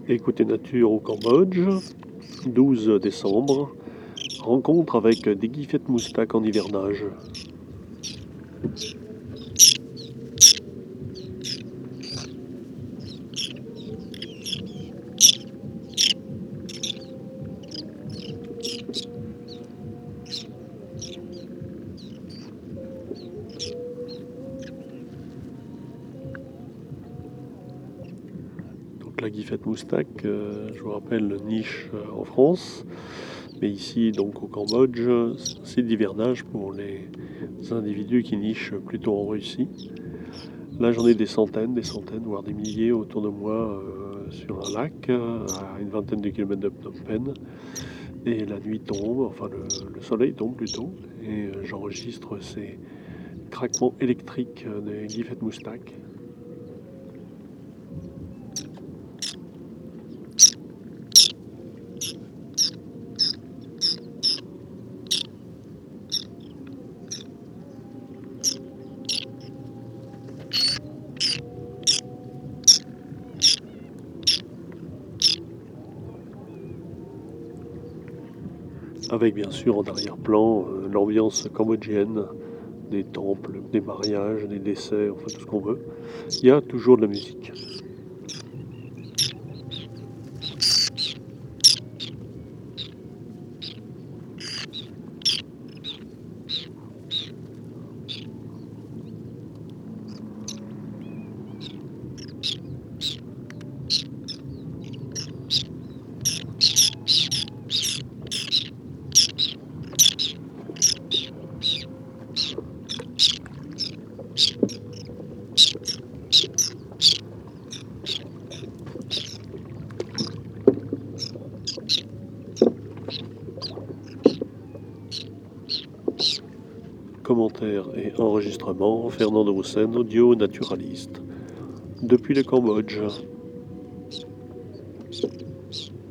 Écoutez Nature au Cambodge, 12 décembre, rencontre avec des guifettes moustaques en hivernage. Donc la guifette moustaque, je vous rappelle, niche en France, mais ici donc au Cambodge, c'est d'hivernage pour les individus qui nichent plutôt en Russie. Là j'en ai des centaines, voire des milliers autour de moi sur un lac à une vingtaine de kilomètres de Phnom Penh. Et la nuit tombe, enfin le soleil tombe plutôt, et j'enregistre ces craquements électriques des guifettes moustaques. Avec bien sûr en arrière-plan l'ambiance cambodgienne, des temples, des mariages, des décès, enfin tout ce qu'on veut. Il y a toujours de la musique. Commentaires et enregistrements, Fernand de Roussen, audio naturaliste. Depuis le Cambodge.